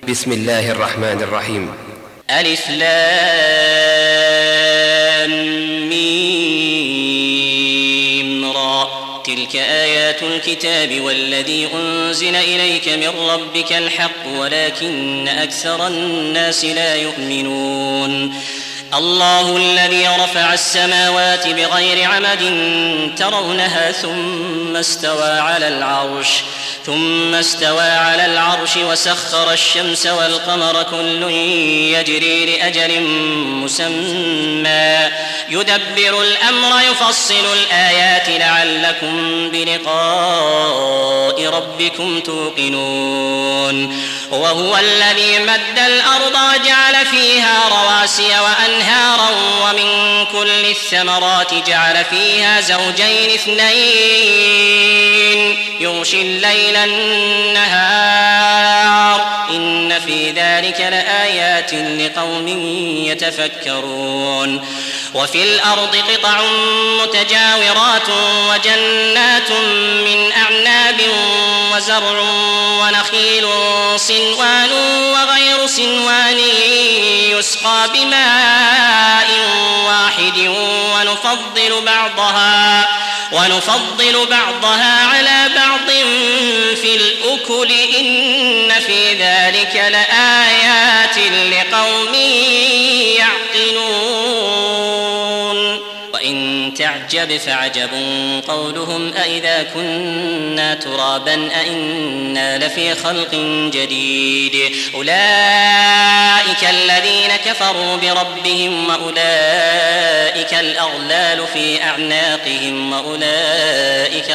بسم الله الرحمن الرحيم. ألف لام ميم را. تلك آيات الكتاب والذي أنزل إليك من ربك الحق ولكن أكثر الناس لا يؤمنون. الله الذي رفع السماوات بغير عمد ترونها ثم استوى على العرش وسخر الشمس والقمر كل يجري لأجل مسمى يدبر الأمر يفصل الآيات لعلكم بلقاء ربكم توقنون. وهو الذي مد الأرض وجعل فيها رواسي وأنهارا ومن كل الثمرات جعل فيها زوجين اثنين يغشي الليل النهار إن في ذلك لآيات لقوم يتفكرون. وفي الأرض قطع متجاورات وجنات من أعناب وزرع ونخيل صنوان وغير صنوان يسقى بماء واحد ونفضل بعضها على بعض في الأكل إن في ذلك لآيات لقوم يعقلون. وإن تعجب فعجب قولهم أإذا كنا ترابا أإنا لفي خلق جديد أولئك الذين كفروا بربهم وأولئك الأغلال في أعناقهم وأولئك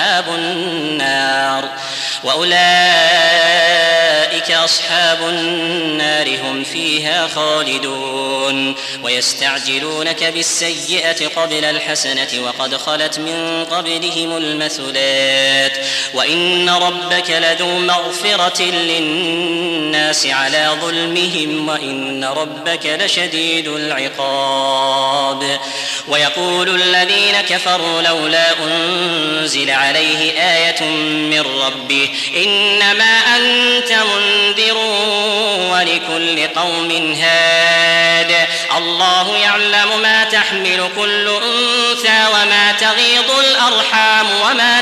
أصحاب النار هم فيها خالدون. ويستعجلونك بالسيئة قبل الحسنة وقد خلت من قبلهم المثلات وإن ربك لذو مغفرة للناس على ظلمهم وإن ربك لشديد العقاب. ويقول الذين كفروا لولا أنزل عليه آية من ربه إنما أنت منذر ولكل قوم هاد الله يعلم ما تحمل كل أنثى وما تغيض الأرحام وما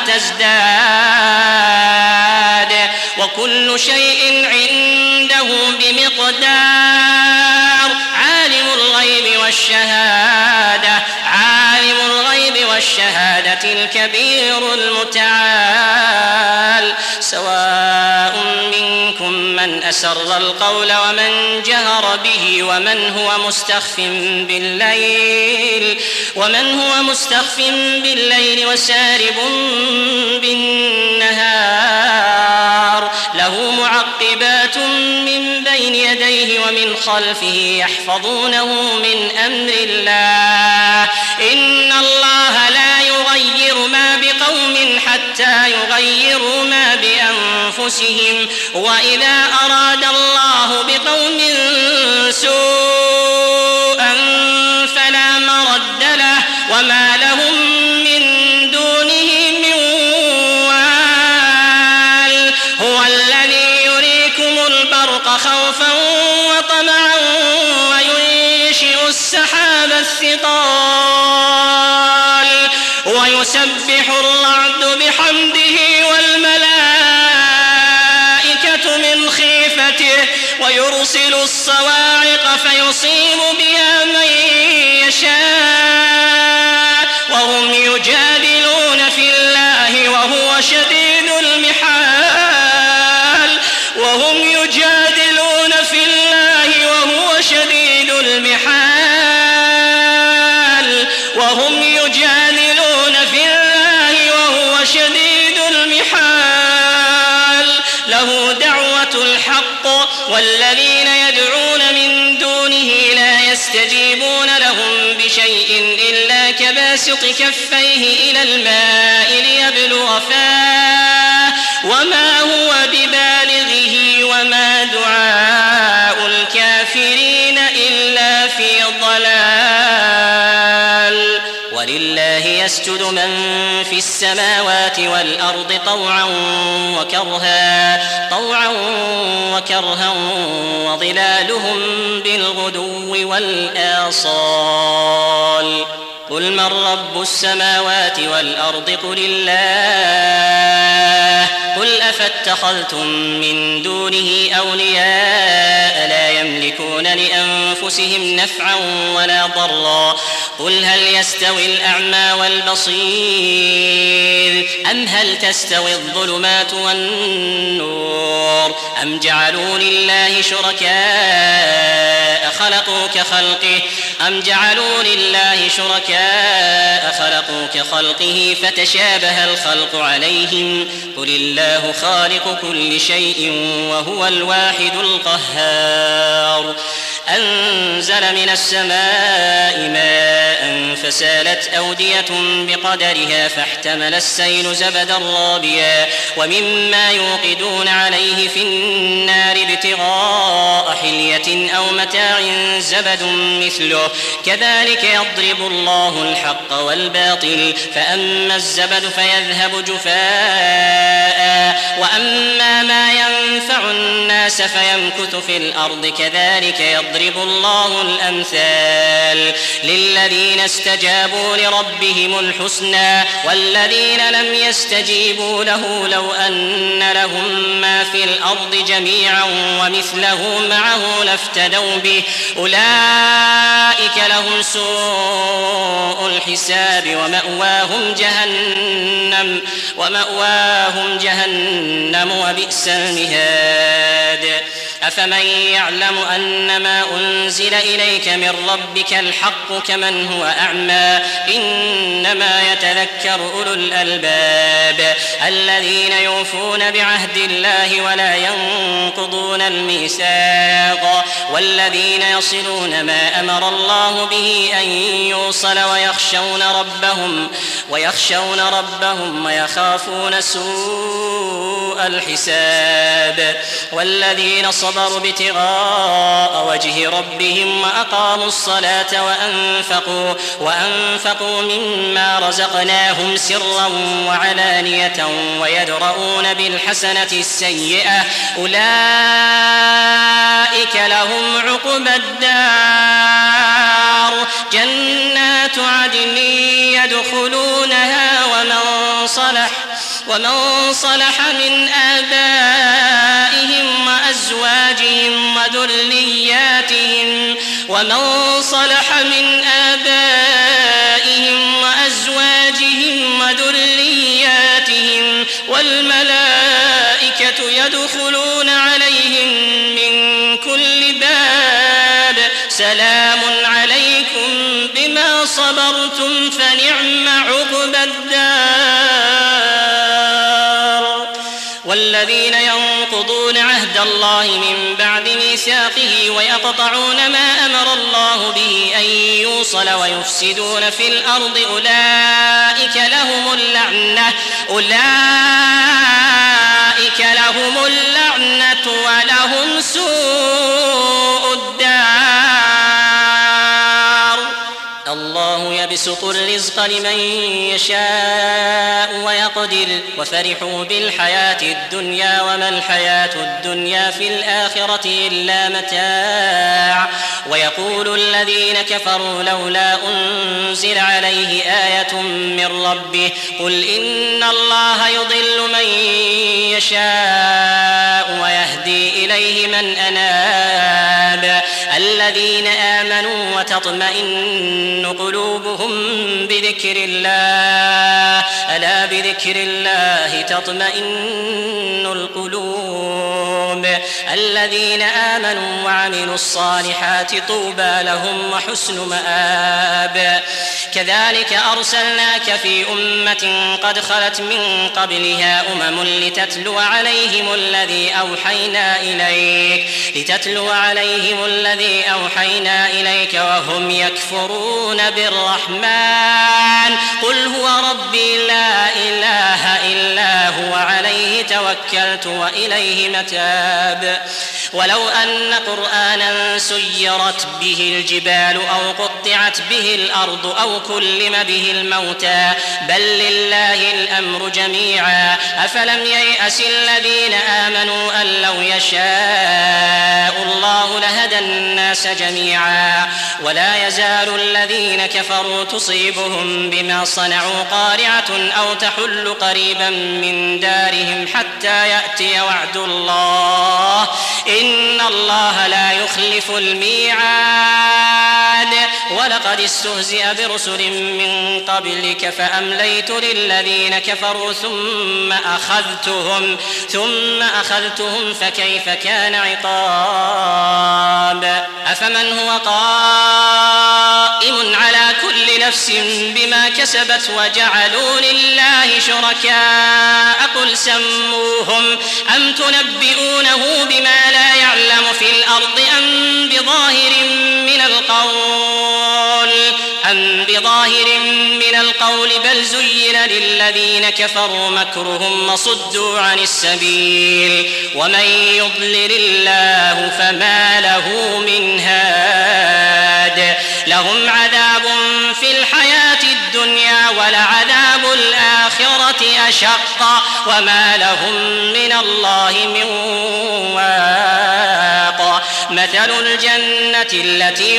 تزداد وكل شيء عنده بمقدار. عالم الغيب والشهادة الكبير المتعال. سواء منكم من أسر القول ومن جهر به ومن هو مستخف بالليل وسارب بالنهار له معقبات من بين يديه ومن خلفه يحفظونه من أمر الله إن الله لا يغير ما بقوم حتى يغيروا ما بأنفسهم وإذا أراد الله بقوم سوءا فلا مرد له وما لهم من دونه من وال. هو الذي يريكم البرق خوفا وطمعا وينشئ السحاب الثقال ويسبح الرعد بحمده والملائكة من خيفته ويرسل الصواعق فيصيب بها من يشاء وهم يجادلون في الله وهو شديد المحال له دعوة الحق والذين يدعون من دونه لا يستجيبون لهم بشيء إلا كباسط كفيه إلى الماء ليبلغ فاه وما هو ببالغه وما دعاء الكافرين إلا في ضلال ولله يسجد من في السماوات والأرض طوعا وكرها وظلالهم بالغدو والآصال قل من رب السماوات والأرض قل الله قل أفاتخذتم من دونه أولياء لا يملكون لأنفسهم نفعا ولا ضرا قل هل يستوي الأعمى والبصير أم هل تستوي الظلمات والنور أم جعلوا لله شركاء خلقوا كخلقه فتشابه الخلق عليهم قل الله خالق كل شيء وهو الواحد القهار أنزل من السماء ماء فسالت أودية بقدرها فاحتمل السيل زبدا رابيا ومما يوقدون عليه في النار ابتغاء حلية أو متاع زبد مثله كذلك يضرب الله الحق والباطل فأما الزبد فيذهب جفاء وأما ما ينفع الناس فيمكث في الأرض كذلك يضرب الله الأمثال للذين استجابوا لربهم الحسنى والذين لم يستجيبوا له لو أن لهم ما في الأرض جميعا ومثله معه لافتدوا به أولئك لهم سوء الحساب ومأواهم جهنم وبئس المهاد أفمن يعلم أنما أنزل إليك من ربك الحق كمن هو أعمى إنما يتذكر أولو الألباب الذين يوفون بعهد الله ولا ينقضون الميثاق والذين يصلون ما أمر الله به أن يوصل ويخشون ربهم ويخافون سوء الحساب والذين صبروا ابتغاء وجه ربهم وأقاموا الصلاة وأنفقوا مما رزقناهم سرا وعلانية ويدرؤون بالحسنة السيئة أولئك لهم عقبى الدار جنات عدن يدخلونها ومن صلح من آبائهم وأزواجهم وذرياتهم والملائكة يدخلون عليهم من كل باب سلام عليكم بما صبرتم فنعم عقبى الدار والذين ينقضون عهد الله من بعد ميثاقه ويقطعون ما أمر الله به أن يوصل ويفسدون في الأرض أولئك لهم اللعنة ولهم سوء الدار الله يبسط الرزق لمن يشاء ويقدر وفرحوا بالحياة الدنيا وما الحياة الدنيا في الآخرة إلا متاع ويقول الذين كفروا لولا أنزل عليه آية من ربه قل إن الله يضل من يشاء ويهدي إليه من أناب الذين آمنوا وتطمئن قلوبهم بذكر الله ألا بذكر الله تطمئن القلوب الذين آمنوا وعملوا الصالحات طوبى لهم وحسن مآب كذلك أرسلناك في أمة قد خلت من قبلها لتتلو عليهم الذي أوحينا إليك وهم يكفرون بالرحمن قل هو ربي لا إله إلا هو عليه توكلت وإليه متاب ولو أن قرآنا سيرت به الجبال أو قطعت به الأرض أو كلم به الموتى بل لله الأمر جميعا أفلم ييأس الذين آمنوا أن لو يشاء الله لهدى الناس جميعا ولا يزال الذين كفروا تصيبهم بما صنعوا قارعة أو تحل قريبا من دارهم حتى يأتي وعد الله إن الله لا يخلف الميعاد ولقد استهزئ برسل من قبلك فأمليت للذين كفروا ثم أخذتهم فكيف كان عقاب أفمن هو قائم على كل نفس بما كسبت وجعلوا لله شركاء قل سموهم أم تنبئونه بما لا يعلم في الأرض أم بظاهر من القول بل زين للذين كفروا مكرهم وصدوا عن السبيل ومن يضلل الله فما له من هاد لهم عذاب في الحياة الدنيا ولعذاب الآخرة أشق وما لهم من الله من واق مثل الجنة التي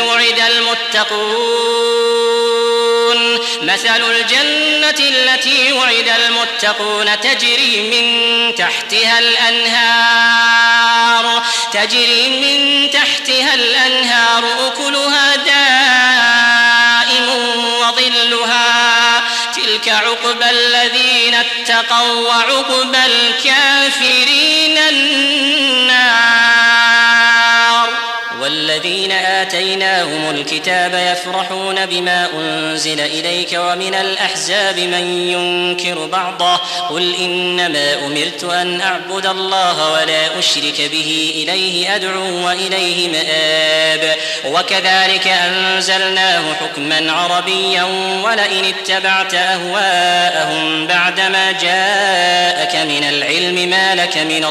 وعد المتقون تجري من تحتها الأنهار أكلها دائم وظلها تلك عقبى الذين اتقوا وعقبى الكافرين النار والذين آتيناهم الكتاب يفرحون بما أنزل إليك ومن الأحزاب من ينكر بعضه قل إنما أمرت أن أعبد الله ولا أشرك به إليه أدعو وإليه مآب وكذلك أنزلناه حكما عربيا ولئن اتبعت أهواءهم بعدما جاءك من العلم ما لك من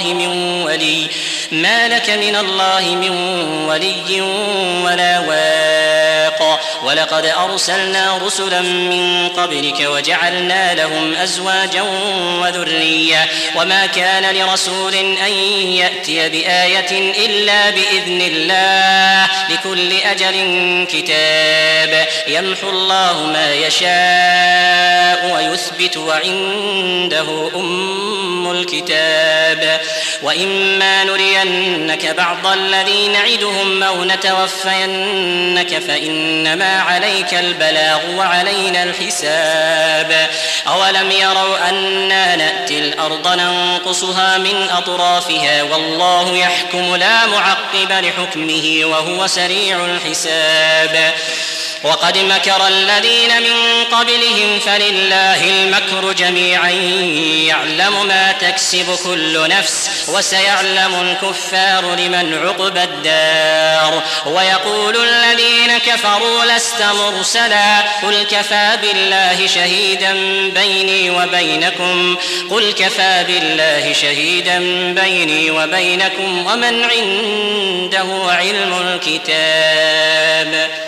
الله من ولي ولا واق ولقد أرسلنا رسلا من قبلك وجعلنا لهم أزواجا وذرية وما كان لرسول أن يأتي بآية إلا بإذن الله لكل أجل كتاب يمحو الله ما يشاء ويثبت وعنده أم الكتاب وإما نرينك بعض الذي نعدهم أو نتوفينك فإنما عليك البلاغ وعلينا الحساب أولم يروا أنا نأتي الأرض ننقصها من أطرافها والله يحكم لا معقب لحكمه وهو سريع الحساب وقد مكر الذين من قبلهم فلله المكر جميعا يعلم ما تكسب كل نفس وسيعلم الكفار لمن عقبى الدار ويقول الذين كفروا لست مرسلا قل كفى بالله شهيدا بيني وبينكم ومن عنده علم الكتاب